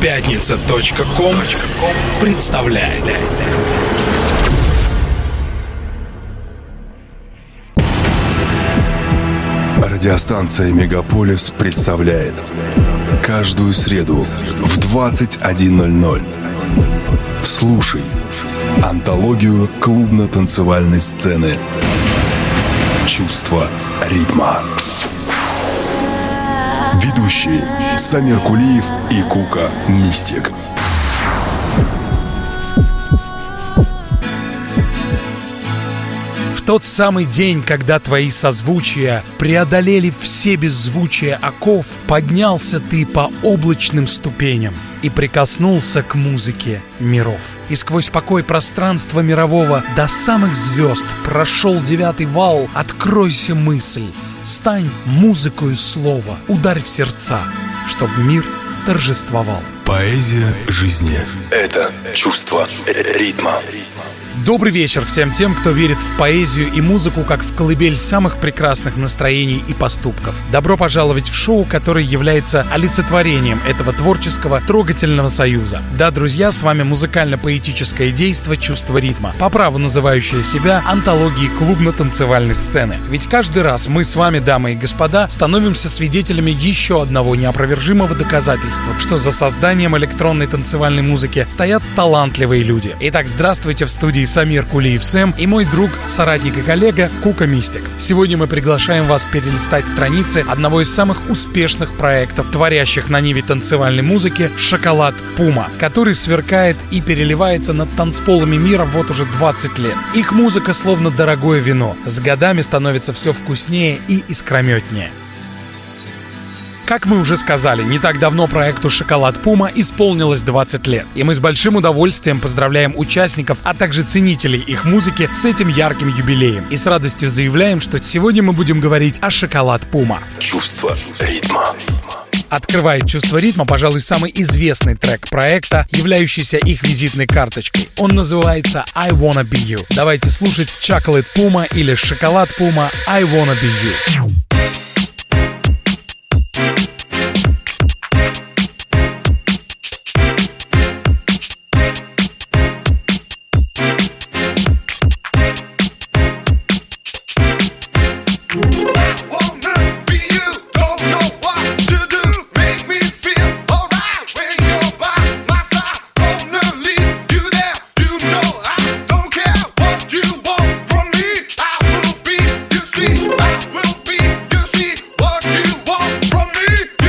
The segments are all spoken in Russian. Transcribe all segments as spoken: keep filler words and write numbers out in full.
Пятница точка ком представляет. Радиостанция «Мегаполис» представляет каждую среду в двадцать один ноль ноль. Слушай антологию клубно-танцевальной сцены «Чувство ритма». Ведущие Самир Кулиев и Кука Мистик. В тот самый день, когда твои созвучия преодолели все беззвучия оков, поднялся ты по облачным ступеням и прикоснулся к музыке миров. И сквозь покой пространства мирового до самых звезд прошел девятый вал. Откройся, мысль, стань музыкою слова, ударь в сердца, чтоб мир торжествовал. Поэзия жизни — это чувство ритма. Добрый вечер всем тем, кто верит в поэзию и музыку как в колыбель самых прекрасных настроений и поступков. Добро пожаловать в шоу, которое является олицетворением этого творческого, трогательного союза. Да, друзья, с вами музыкально-поэтическое действо «Чувство ритма», по праву называющее себя антологией клубно-танцевальной сцены. Ведь каждый раз мы с вами, дамы и господа, становимся свидетелями еще одного неопровержимого доказательства, что за созданием электронной танцевальной музыки стоят талантливые люди. Итак, здравствуйте, в студии Самир Кулиев Сэм и мой друг, соратник и коллега Кука Мистик. Сегодня мы приглашаем вас перелистать страницы одного из самых успешных проектов, творящих на ниве танцевальной музыки, «Шоколад Пума», который сверкает и переливается над танцполами мира вот уже двадцать лет. Их музыка словно дорогое вино, с годами становится все вкуснее и искрометнее. Как мы уже сказали, не так давно проекту «Шоколад Пума» исполнилось двадцать лет. И мы с большим удовольствием поздравляем участников, а также ценителей их музыки с этим ярким юбилеем. И с радостью заявляем, что сегодня мы будем говорить о «Шоколад Пума». Чувство ритма. Открывает «Чувство ритма», пожалуй, самый известный трек проекта, являющийся их визитной карточкой. Он называется «I Wanna Be You». Давайте слушать «Chocolate Puma» или «Шоколад Puma» «I Wanna Be You». I will be, you see what you want from me.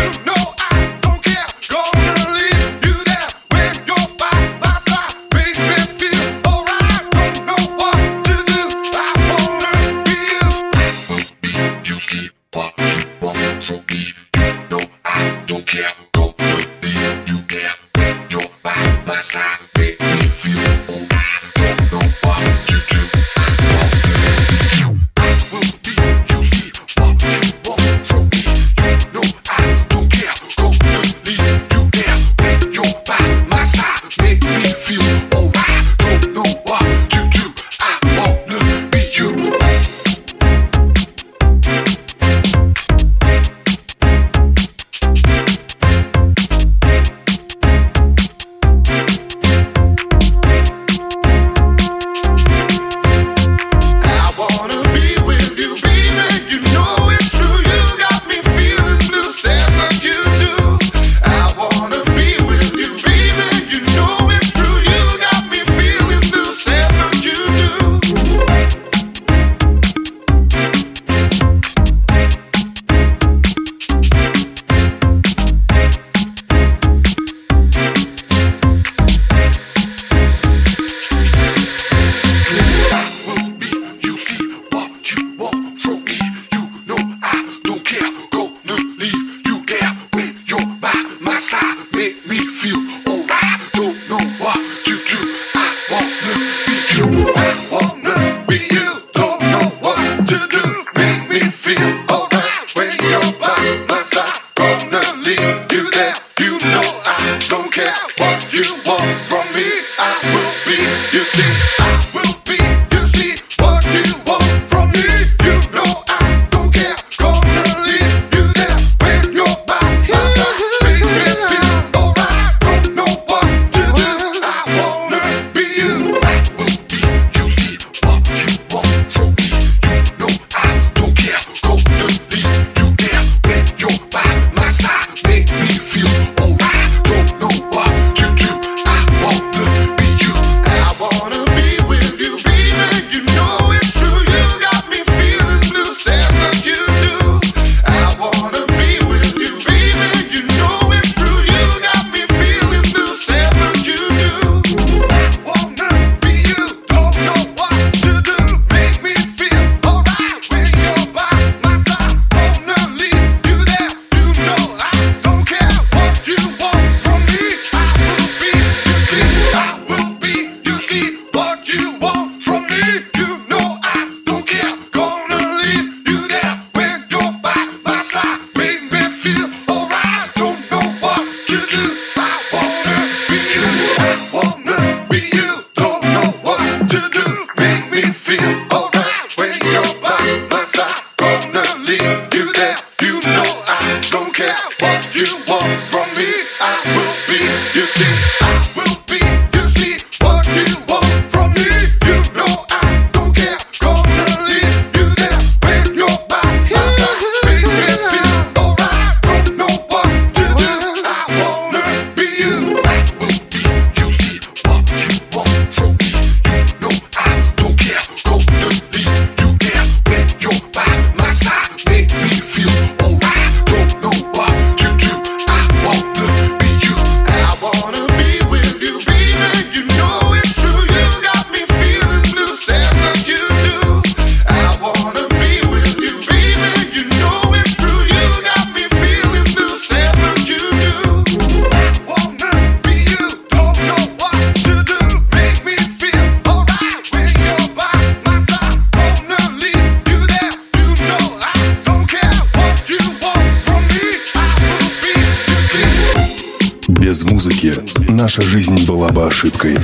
Без музыки наша жизнь была бы ошибкой.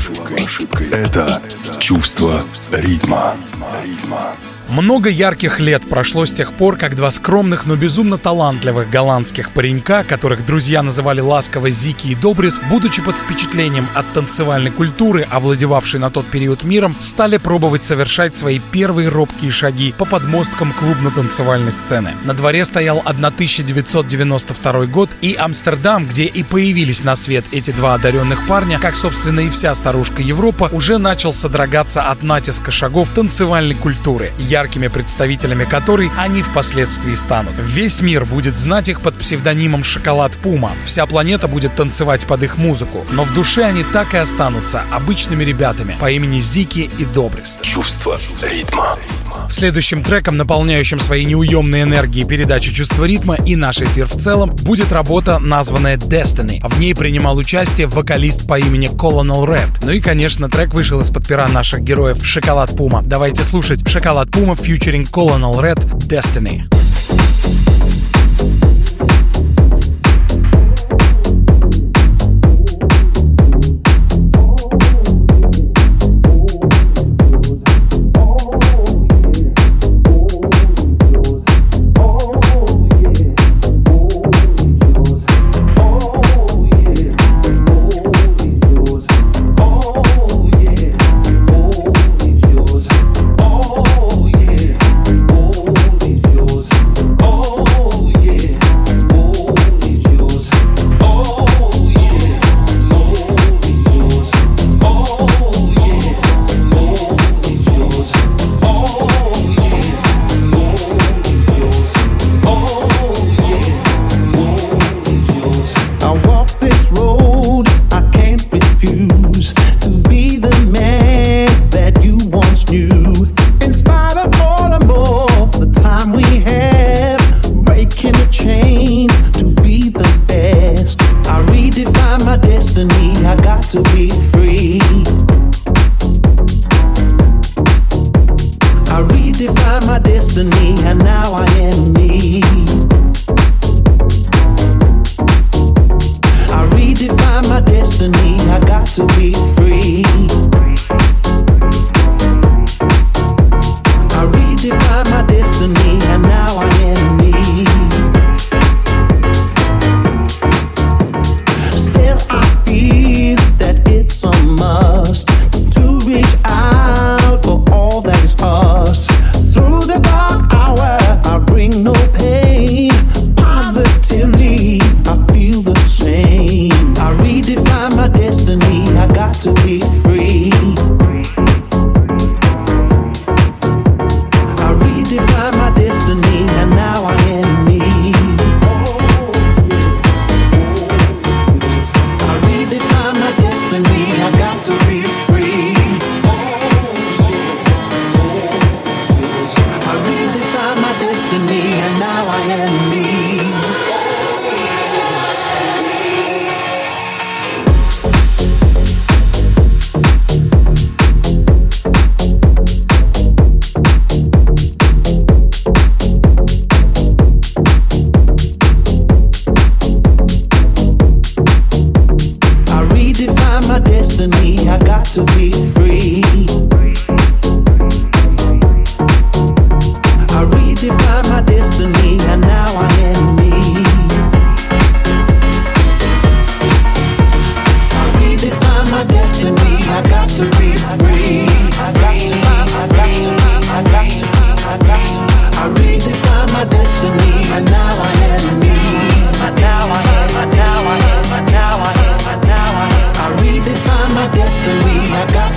Это чувство ритма. Много ярких лет прошло с тех пор, как два скромных, но безумно талантливых голландских паренька, которых друзья называли ласково Зики и Добрис, будучи под впечатлением от танцевальной культуры, овладевавшей на тот период миром, стали пробовать совершать свои первые робкие шаги по подмосткам клубно-танцевальной сцены. На дворе стоял тысяча девятьсот девяносто второй год, и Амстердам, где и появились на свет эти два одаренных парня, как, собственно, и вся старушка Европа, уже начал содрогаться от натиска шагов танцевальной культуры, яркими представителями которой они впоследствии станут. Весь мир будет знать их под псевдонимом «Шоколад Пума». Вся планета будет танцевать под их музыку. Но в душе они так и останутся обычными ребятами по имени Зики и Добрис. Чувство ритма. Следующим треком, наполняющим своей неуемной энергией передачу «Чувство ритма» и наш эфир в целом, будет работа, названная Destiny. В ней принимал участие вокалист по имени Colonel Red. Ну и, конечно, трек вышел из-под пера наших героев «Шоколад Пума». Давайте слушать «Шоколад Пума» featuring Colonel Red, Destiny. No pain, positively I feel the same.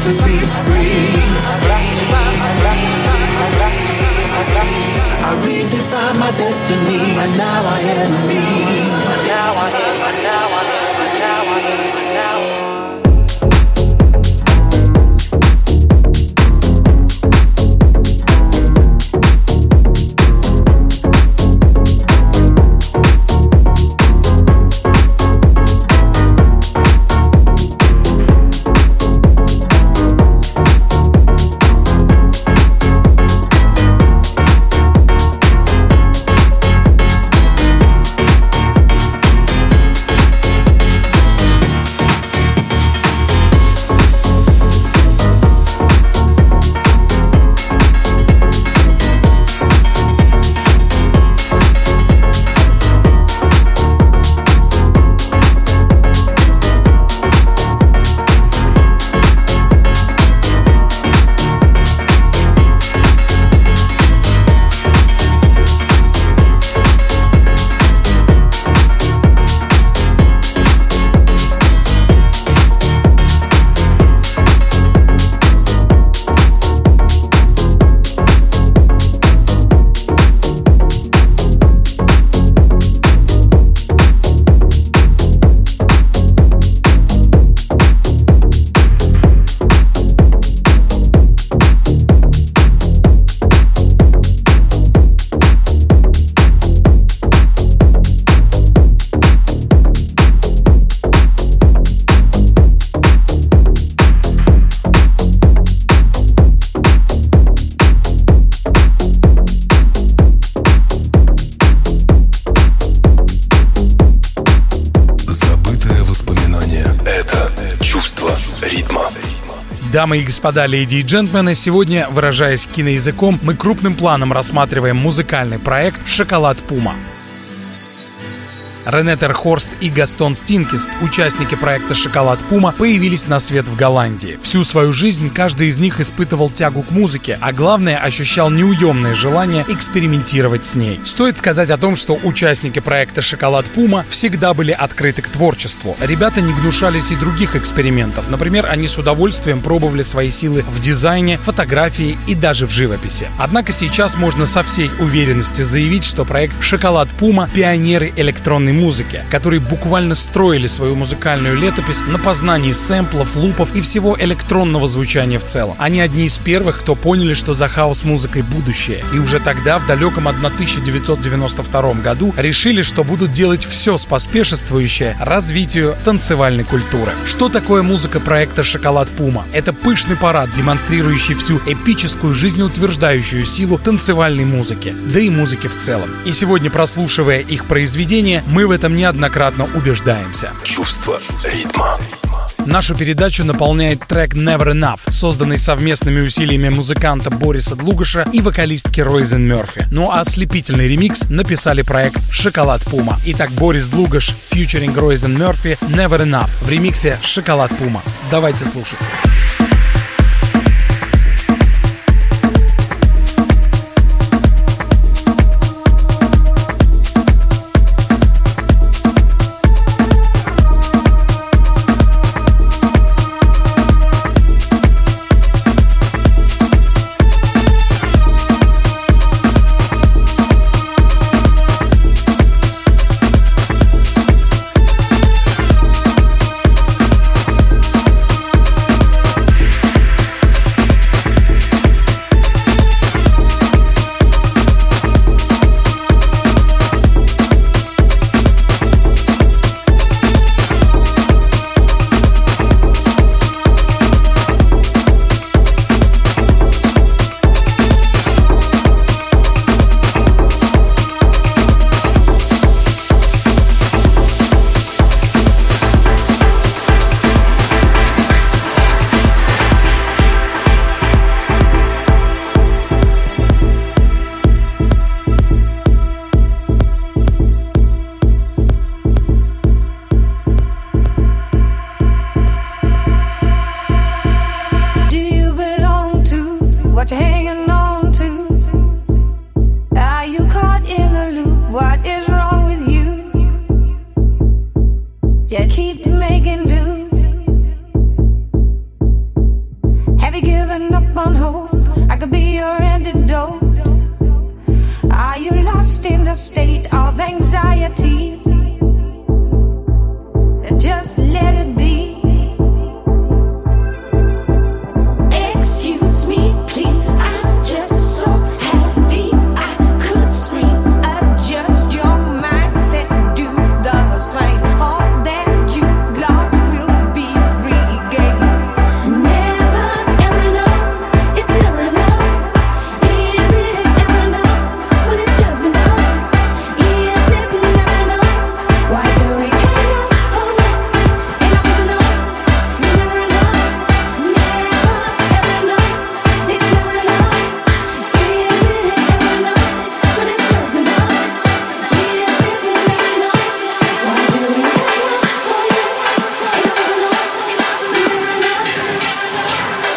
blessed to be free. Blessed to be, blessed to be, blessed to be, blessed to be. I redefined my destiny, and now I am me. Now I am, now I am, now I am, now I am. Дамы и господа, леди и джентльмены, сегодня, выражаясь киноязыком, мы крупным планом рассматриваем музыкальный проект «Шоколад Пума». Рене Терхорст и Гастон Стинкист, участники проекта «Шоколад Пума», появились на свет в Голландии. Всю свою жизнь каждый из них испытывал тягу к музыке, а главное, ощущал неуемное желание экспериментировать с ней. Стоит сказать о том, что участники проекта «Шоколад Пума» всегда были открыты к творчеству. Ребята не гнушались и других экспериментов. Например, они с удовольствием пробовали свои силы в дизайне, фотографии и даже в живописи. Однако сейчас можно со всей уверенностью заявить, что проект «Шоколад Пума» — пионеры электронной музыки, которые буквально строили свою музыкальную летопись на познании сэмплов, лупов и всего электронного звучания в целом. Они одни из первых, кто поняли, что за хаос-музыкой будущее, и уже тогда, в далеком тысяча девятьсот девяносто втором году, решили, что будут делать все споспешествующее развитию танцевальной культуры. Что такое музыка проекта «Шоколад Пума»? Это пышный парад, демонстрирующий всю эпическую, жизнеутверждающую силу танцевальной музыки, да и музыки в целом. И сегодня, прослушивая их произведения, мы в этом неоднократно убеждаемся. Чувство ритма. Нашу передачу наполняет трек «Never Enough», созданный совместными усилиями музыканта Бориса Длугаша и вокалистки Ройзен Мерфи. Ну а ослепительный ремикс написали проект «Шоколад Пума». Итак, Борис Длугаш, фьючеринг Ройзен Мерфи, «Never Enough» в ремиксе «Шоколад Пума». Давайте слушать. just in a state of anxiety. Just let it be. Excuse me, please, I'm just so happy I could scream. Adjust your mindset, do the same. All that you lost will be regained. Never ever enough, it's never enough. Is it ever enough when it's just enough? If it's never enough, why do we hang up? Oh no, enough is enough. Never enough, never ever enough. It's never enough. Is it ever enough when it's just enough? If it's never enough, why do we hang up? Oh yeah, enough is enough. Never enough.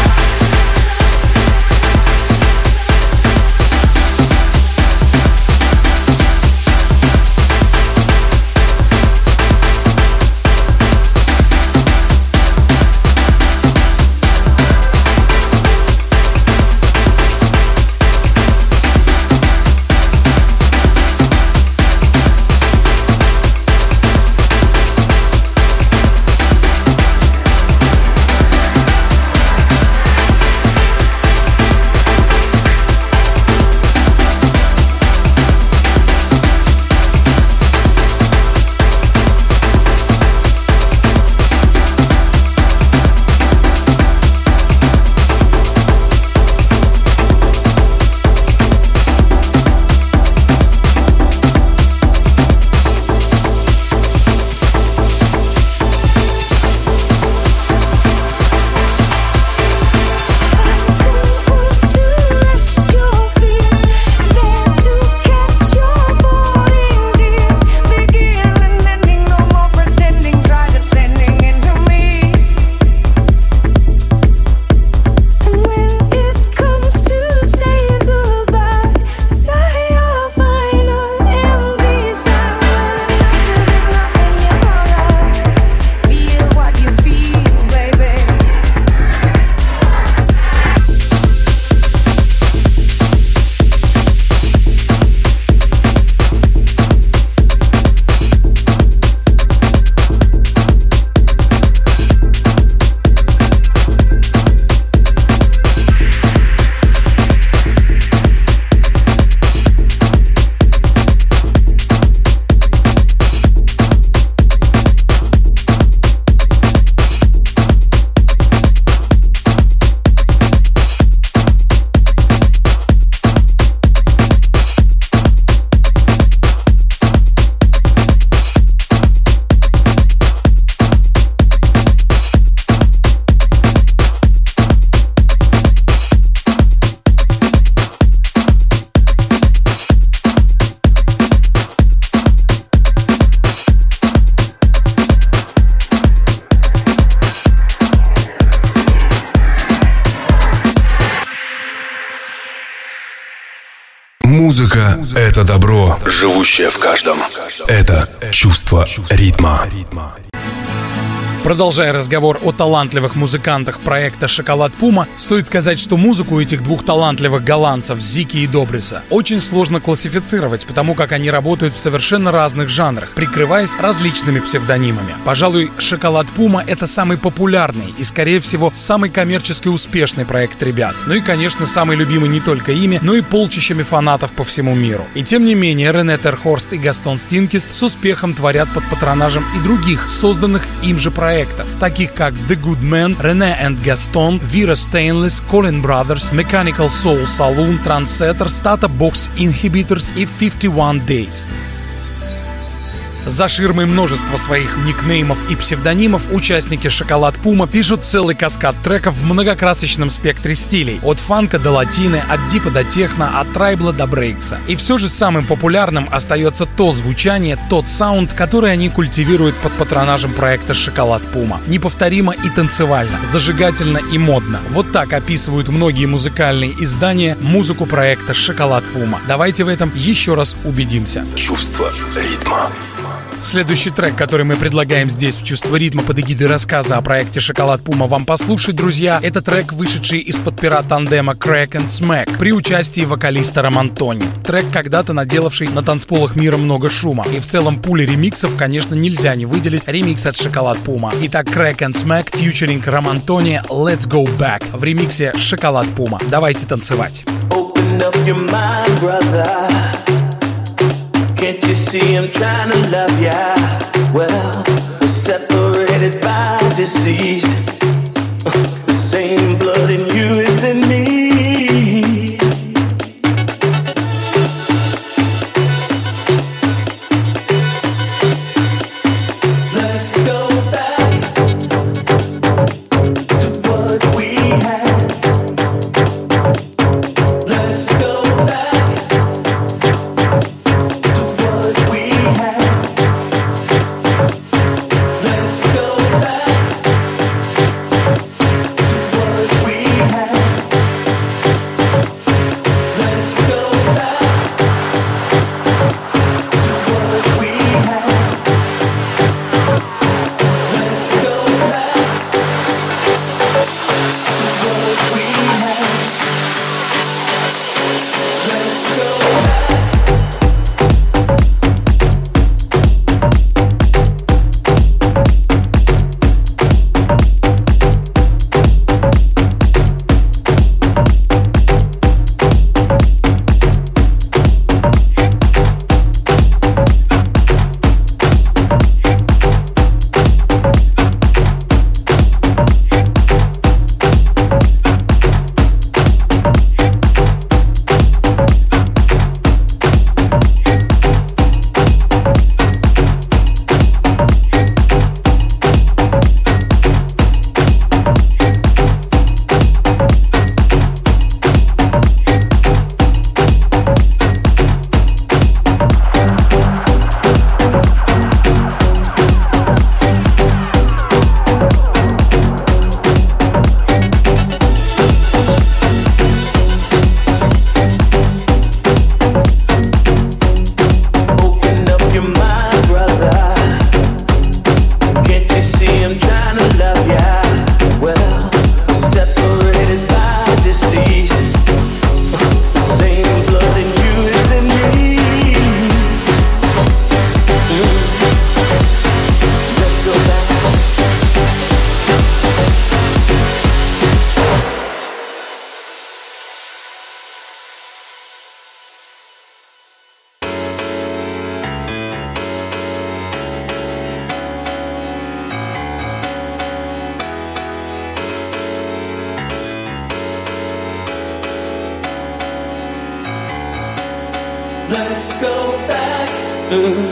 Музыка — это добро, живущее в каждом. Это чувство ритма. Продолжая разговор о талантливых музыкантах проекта «Шоколад Пума», стоит сказать, что музыку этих двух талантливых голландцев, Зики и Добриса, очень сложно классифицировать, потому как они работают в совершенно разных жанрах, прикрываясь различными псевдонимами. Пожалуй, «Шоколад Пума» — это самый популярный и, скорее всего, самый коммерчески успешный проект ребят. Ну и, конечно, самый любимый не только ими, но и полчищами фанатов по всему миру. И тем не менее, Рене Терхорст и Гастон Стинкист с успехом творят под патронажем и других, созданных им же проектов, таких как The Good Men, René and Gaston, Vera Stainless, Colin Brothers, Mechanical Soul Saloon, Trendsetters, Tata Box Inhibitors и фифти уан Days. За ширмой множества своих никнеймов и псевдонимов участники «Шоколад Пума» пишут целый каскад треков в многокрасочном спектре стилей. От фанка до латины, от дипа до техно, от трайбла до брейкса. И все же самым популярным остается то звучание, тот саунд, который они культивируют под патронажем проекта «Шоколад Пума». Неповторимо и танцевально, зажигательно и модно. Вот так описывают многие музыкальные издания музыку проекта «Шоколад Пума». Давайте в этом еще раз убедимся. Чувство ритма. Следующий трек, который мы предлагаем здесь в «Чувство ритма» под эгидой рассказа о проекте «Шоколад Пума» вам послушать, друзья, это трек, вышедший из-под пера тандема Crack and Smack при участии вокалиста Романтони. Трек, когда-то наделавший на танцполах мира много шума. И в целом пуле ремиксов, конечно, нельзя не выделить ремикс от «Шоколад Пума». Итак, Crack and Smack, featuring Романтони, Let's Go Back в ремиксе «Шоколад Пума». Давайте танцевать. Open up your mind, brother. Can't you see I'm trying to love ya? Well, we're separated by disease. The same blood in you is in me. Let's go back to what we had. Let's go back. Let's go back mm,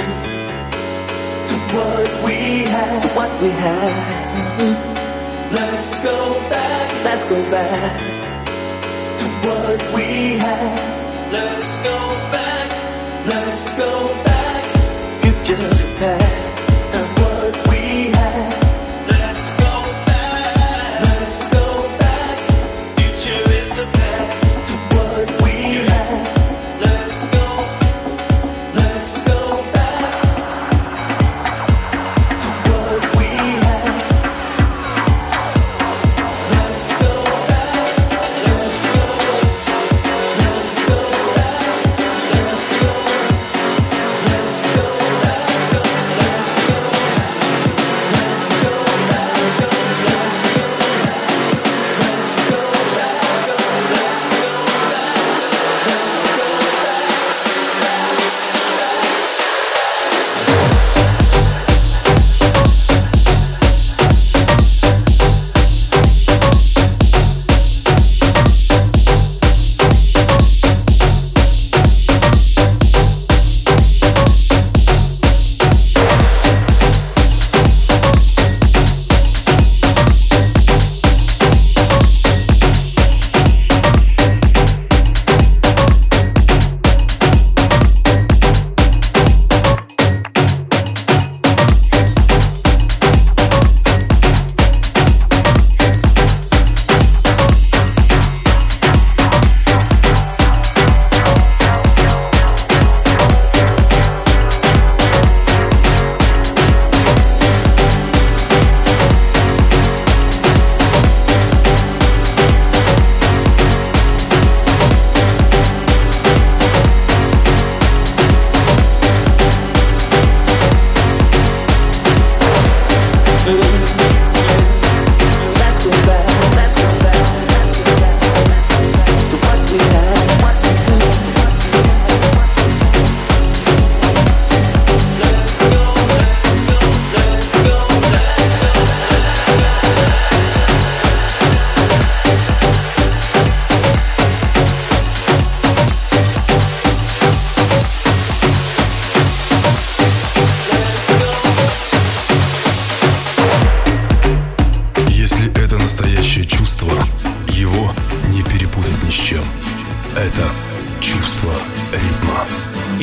to what we had. To what we had. Mm. Let's go back. Let's go back to what we had. Let's go back. Let's go back. Future to past to what we had. Let's go back. Let's go back. Future is the past to what we had. Let's go. Let's go back to what we had. Let's go back. Let's go. Let's go back. Let's go. Let's go back.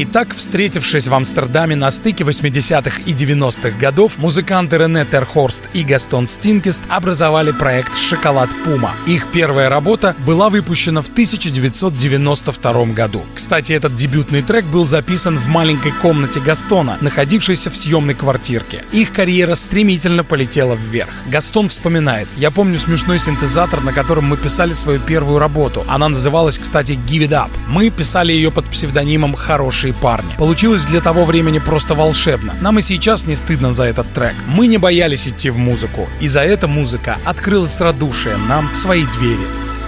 Итак, встретившись в Амстердаме на стыке восьмидесятых и девяностых годов, музыканты Рене Терхорст и Гастон Стинкест образовали проект «Шоколад Пума». Их первая работа была выпущена в тысяча девятьсот девяносто втором году. Кстати, этот дебютный трек был записан в маленькой комнате Гастона, находившейся в съемной квартирке. Их карьера стремительно полетела вверх. Гастон вспоминает: «Я помню смешной синтезатор, на котором мы писали свою первую работу. Она называлась, кстати, Give It Up. Мы писали ее под псевдонимом «Хорошие парни». Получилось для того времени просто волшебно. Нам и сейчас не стыдно за этот трек. Мы не боялись идти в музыку, и за это музыка открыла с радушием нам свои двери».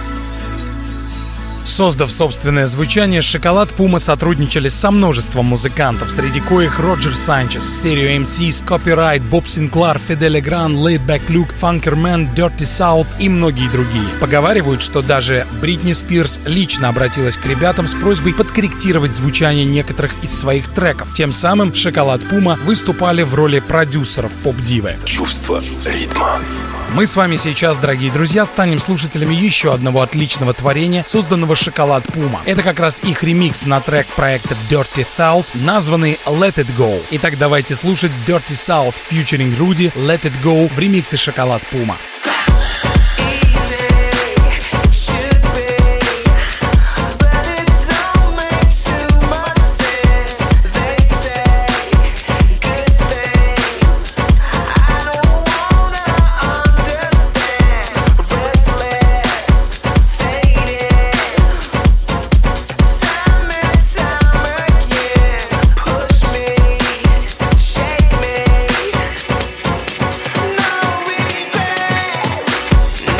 Создав собственное звучание, «Шоколад Пума» сотрудничали со множеством музыкантов, среди коих Роджер Санчес, Stereo эм сис, Copyright, Боб Синклар, Фидель Легран, Laidback Luke, Funkerman, Dirty South и многие другие. Поговаривают, что даже Бритни Спирс лично обратилась к ребятам с просьбой подкорректировать звучание некоторых из своих треков. Тем самым «Шоколад Пума» выступали в роли продюсеров поп-дивы. Чувство ритма. Мы с вами сейчас, дорогие друзья, станем слушателями еще одного отличного творения, созданного «Шоколад Пума». Это как раз их ремикс на трек проекта Dirty South, названный Let It Go. Итак, давайте слушать Dirty South featuring Rudy, Let It Go в ремиксе «Шоколад Пума». No regrets.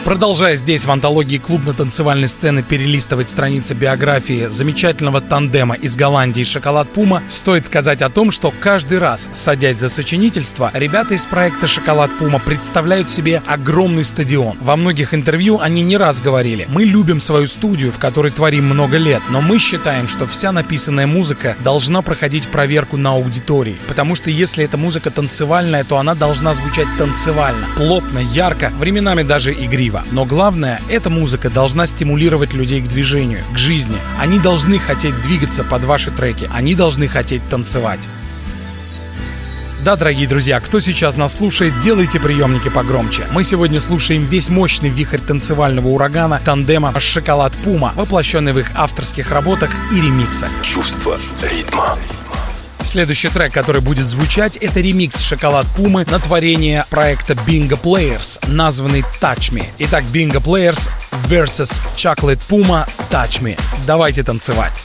Продолжая здесь в антологии клубно-танцевальной сцены перелистывать страницы биографии замечательного тандема из Голландии «Шоколад Пума», стоит сказать о том, что каждый раз, садясь за сочинительство, ребята из проекта «Шоколад Пума» представляют себе огромный стадион. Во многих интервью они не раз говорили: мы любим свою студию, в которой творим много лет, но мы считаем, что вся написанная музыка должна проходить проверку на аудитории, потому что если эта музыка танцевальная, то она должна звучать танцевально, плотно, ярко, временами даже игриво. Но главное, эта музыка должна стимулировать людей к движению, к жизни. Они должны хотеть двигаться под ваши треки, они должны хотеть танцевать. Да, дорогие друзья, кто сейчас нас слушает, делайте приемники погромче. Мы сегодня слушаем весь мощный вихрь танцевального урагана тандема «Шоколад Пума», воплощенный в их авторских работах и ремиксах. Чувство ритма. Следующий трек, который будет звучать, это ремикс «Шоколад Пумы» на творение проекта Bingo Players, названный Touch Me. Итак, Bingo Players versus Chocolate Puma Touch Me. Давайте танцевать.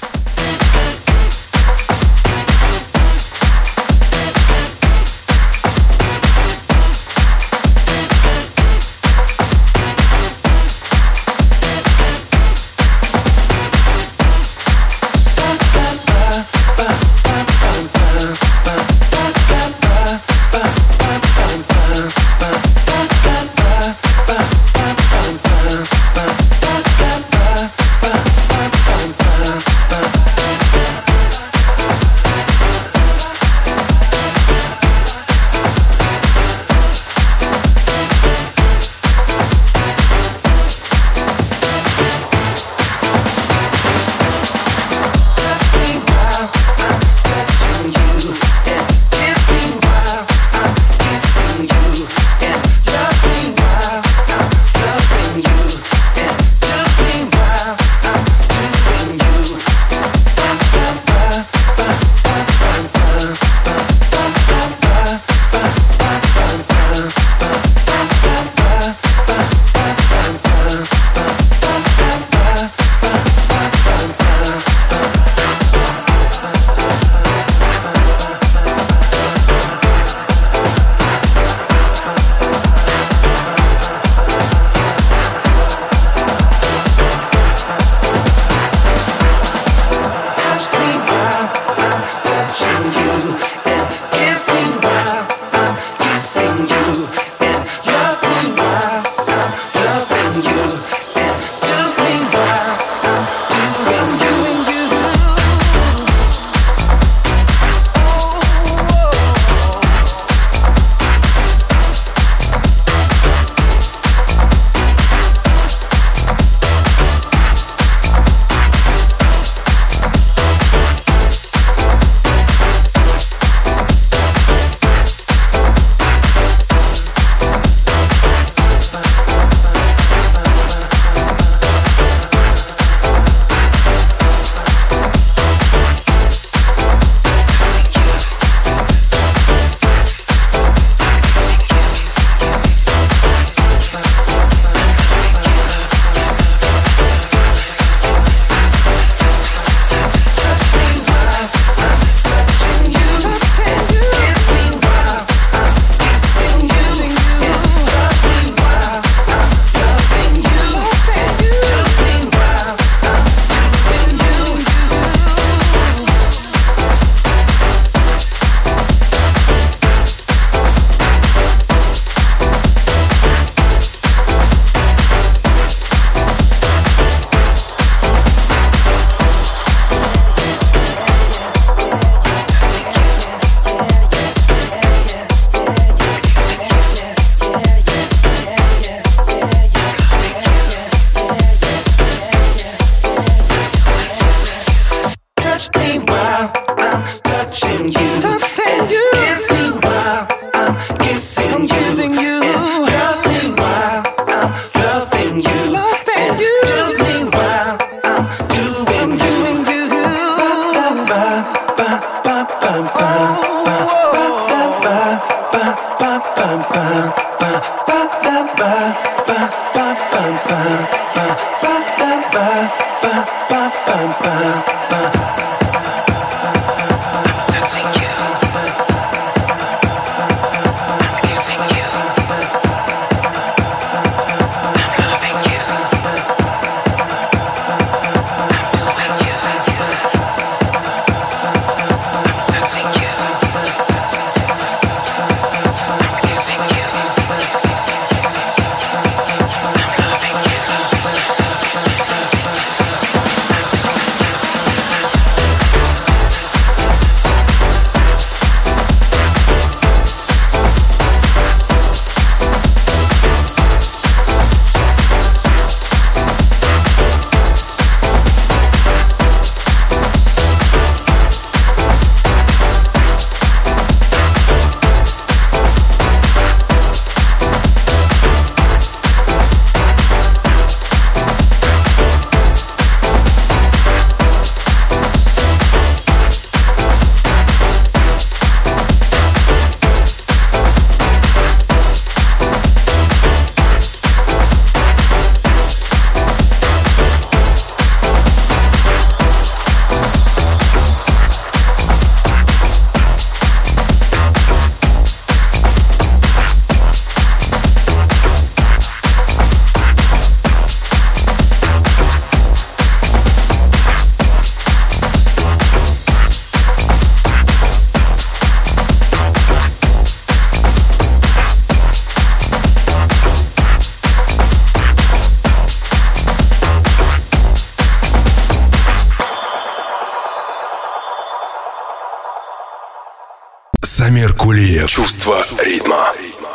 Самир Кулиев. Чувство ритма.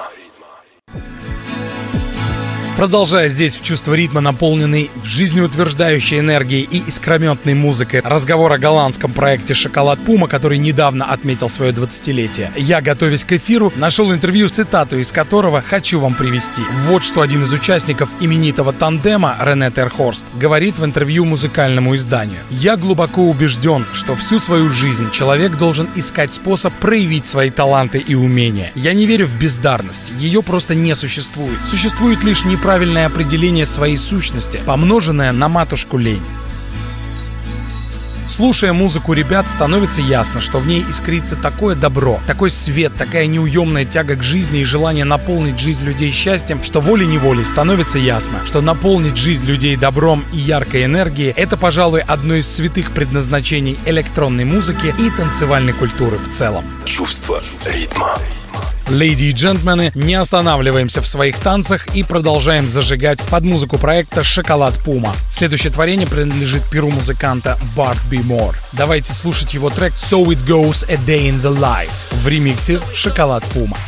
Продолжая здесь в чувство ритма, наполненный жизнеутверждающей энергией и искрометной музыкой, разговор о голландском проекте «Шоколад Пума», который недавно отметил свое двадцатилетие. Я, готовясь к эфиру, нашел интервью, цитату из которого хочу вам привести. Вот что один из участников именитого тандема, Рене Терхорст, говорит в интервью музыкальному изданию. «Я глубоко убежден, что всю свою жизнь человек должен искать способ проявить свои таланты и умения. Я не верю в бездарность, ее просто не существует. Существует лишь неправильность. Правильное определение своей сущности, помноженное на матушку лень». Слушая музыку ребят, становится ясно, что в ней искрится такое добро, такой свет, такая неуемная тяга к жизни и желание наполнить жизнь людей счастьем, что волей-неволей становится ясно, что наполнить жизнь людей добром и яркой энергией – это, пожалуй, одно из святых предназначений электронной музыки и танцевальной культуры в целом. Чувство ритма. Леди и джентльмены, не останавливаемся в своих танцах и продолжаем зажигать под музыку проекта «Шоколад Пума». Следующее творение принадлежит перу музыканта Барт Би Мор. Давайте слушать его трек «So It Goes A Day in the Life» в ремиксе «Шоколад Пума».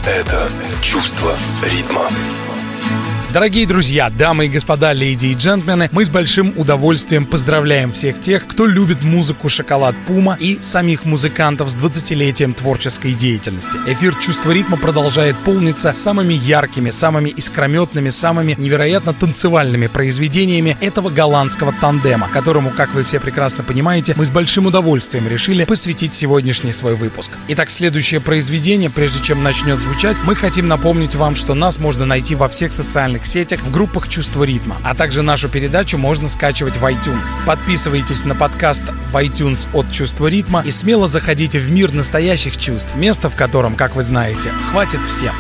Это чувство ритма. Дорогие друзья, дамы и господа, леди и джентльмены, мы с большим удовольствием поздравляем всех тех, кто любит музыку «Шоколад Пума» и самих музыкантов с двадцатилетием творческой деятельности. Эфир «Чувство ритма» продолжает полниться самыми яркими, самыми искрометными, самыми невероятно танцевальными произведениями этого голландского тандема, которому, как вы все прекрасно понимаете, мы с большим удовольствием решили посвятить сегодняшний свой выпуск. Итак, следующее произведение, прежде чем начнет звучать, мы хотим напомнить вам, что нас можно найти во всех социальных сетях в группах «Чувство ритма», а также нашу передачу можно скачивать в iTunes. Подписывайтесь на подкаст в iTunes от «Чувство ритма» и смело заходите в мир настоящих чувств, место в котором, как вы знаете, хватит всем.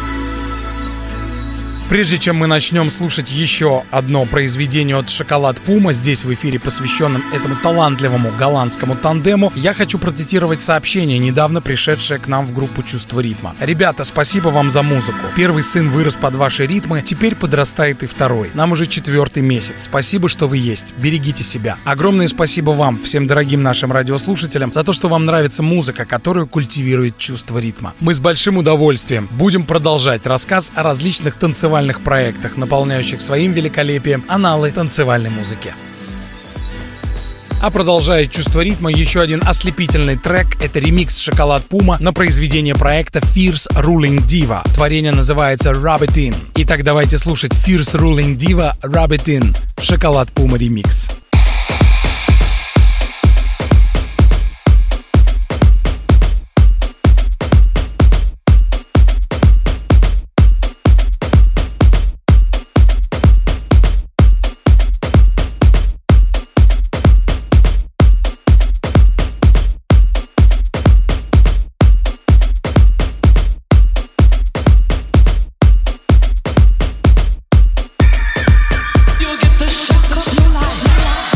Прежде чем мы начнем слушать еще одно произведение от «Шоколад Пума» здесь в эфире, посвященном этому талантливому голландскому тандему, я хочу процитировать сообщение, недавно пришедшее к нам в группу «Чувство ритма». Ребята, спасибо вам за музыку. Первый сын вырос под ваши ритмы, теперь подрастает и второй. Нам уже четвертый месяц. Спасибо, что вы есть. Берегите себя. Огромное спасибо вам, всем дорогим нашим радиослушателям, за то, что вам нравится музыка, которую культивирует «Чувство ритма». Мы с большим удовольствием будем продолжать рассказ о различных танцевальных проектах, наполняющих своим великолепием аналы танцевальной музыки. А продолжает «Чувство ритма» еще один ослепительный трек. Это ремикс «Шоколад Пума» на произведение проекта Fierce Ruling Diva. Творение называется Rub It In. Итак, давайте слушать Fierce Ruling Diva Rub It In. «Шоколад Пума» ремикс. You'll get the shock of your life.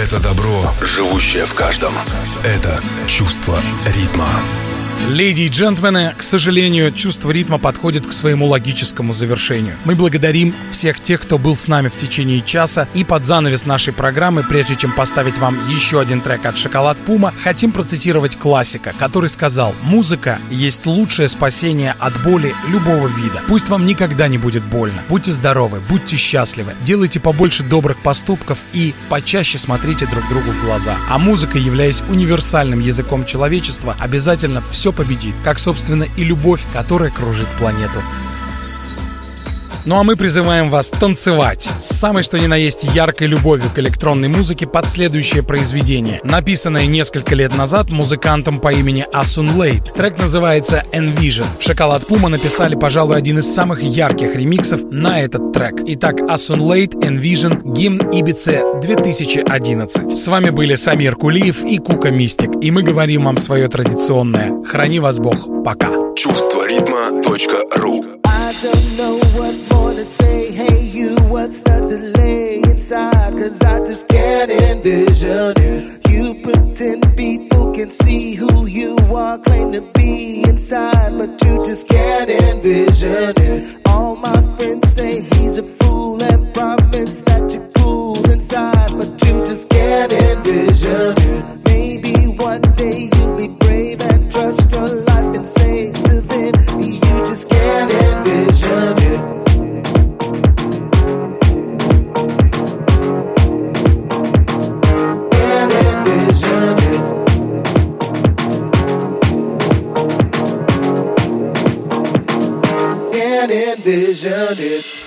Это добро, живущее в каждом. Это чувство ритма. Леди и джентльмены, к сожалению, чувство ритма подходит к своему логическому завершению. Мы благодарим всех тех, кто был с нами в течение часа. И под занавес нашей программы, прежде чем поставить вам еще один трек от Шоколад Пума, хотим процитировать классика, который сказал: «Музыка есть лучшее спасение от боли любого вида. Пусть вам никогда не будет больно. Будьте здоровы, будьте счастливы, делайте побольше добрых поступков и почаще смотрите друг другу в глаза. А музыка, являясь универсальным языком человечества, обязательно все победит, как, собственно, и любовь, которая кружит планету». Ну а мы призываем вас танцевать с самой что ни на есть яркой любовью к электронной музыке под следующее произведение, написанное несколько лет назад музыкантом по имени Asun Late. Трек называется Envision. Шоколад Пума написали, пожалуй, один из самых ярких ремиксов на этот трек. Итак, Asun Late, Envision, гимн Ибице две тысячи одиннадцать. С вами были Самир Кулиев и Кука Мистик, и мы говорим вам свое традиционное: храни вас Бог. Пока. чувство ритма точка ру. I don't know what more to say. Hey, you, what's the delay inside? Cause I just can't envision it. You pretend people can see who you are, claim to be inside, but you just can't envision it. All my friends say he's a fool and promise that you're cool inside, but you just can't envision it. Maybe one day you'll be brave and trust your life and say to them, you just can't envision it. Can't envision it. Can't envision it.